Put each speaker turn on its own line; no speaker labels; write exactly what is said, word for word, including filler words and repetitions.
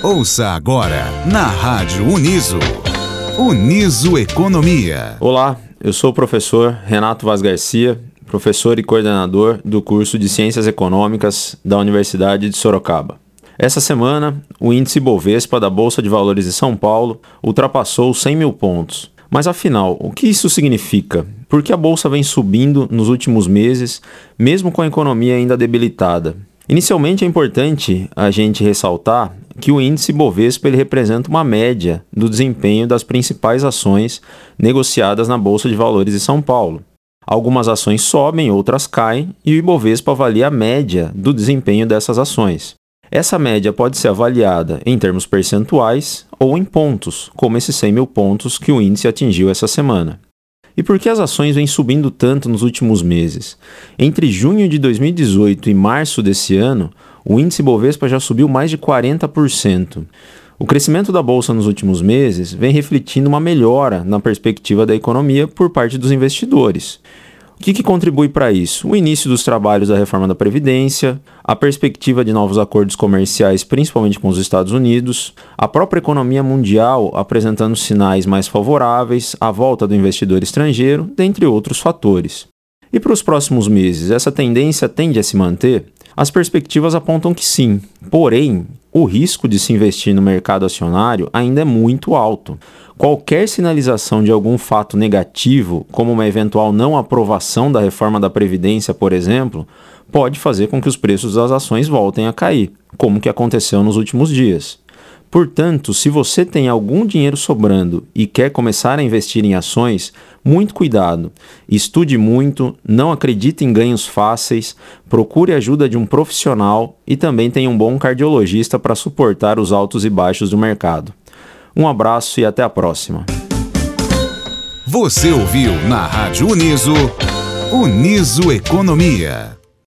Ouça agora na Rádio Uniso. Uniso Economia.
Olá, eu sou o professor Renato Vaz Garcia, professor e coordenador do curso de Ciências Econômicas da Universidade de Sorocaba. Essa semana, o índice Bovespa da Bolsa de Valores de São Paulo ultrapassou os cem mil pontos. Mas afinal, o que isso significa? Por que a Bolsa vem subindo nos últimos meses, mesmo com a economia ainda debilitada? Inicialmente é importante a gente ressaltar que o índice Bovespa ele representa uma média do desempenho das principais ações negociadas na Bolsa de Valores de São Paulo. Algumas ações sobem, outras caem, e o Ibovespa avalia a média do desempenho dessas ações. Essa média pode ser avaliada em termos percentuais ou em pontos, como esses cem mil pontos que o índice atingiu essa semana. E por que as ações vêm subindo tanto nos últimos meses? Entre junho de dois mil e dezoito e março desse ano, o índice Bovespa já subiu mais de quarenta por cento. O crescimento da Bolsa nos últimos meses vem refletindo uma melhora na perspectiva da economia por parte dos investidores. O que, que contribui para isso? O início dos trabalhos da reforma da Previdência, a perspectiva de novos acordos comerciais, principalmente com os Estados Unidos, a própria economia mundial apresentando sinais mais favoráveis, a volta do investidor estrangeiro, dentre outros fatores. E para os próximos meses, essa tendência tende a se manter? As perspectivas apontam que sim, porém, o risco de se investir no mercado acionário ainda é muito alto. Qualquer sinalização de algum fato negativo, como uma eventual não aprovação da reforma da Previdência, por exemplo, pode fazer com que os preços das ações voltem a cair, como que aconteceu nos últimos dias. Portanto, se você tem algum dinheiro sobrando e quer começar a investir em ações, muito cuidado. Estude muito, não acredite em ganhos fáceis, procure a ajuda de um profissional e também tenha um bom cardiologista para suportar os altos e baixos do mercado. Um abraço e até a próxima.
Você ouviu na Rádio Uniso, Uniso Economia.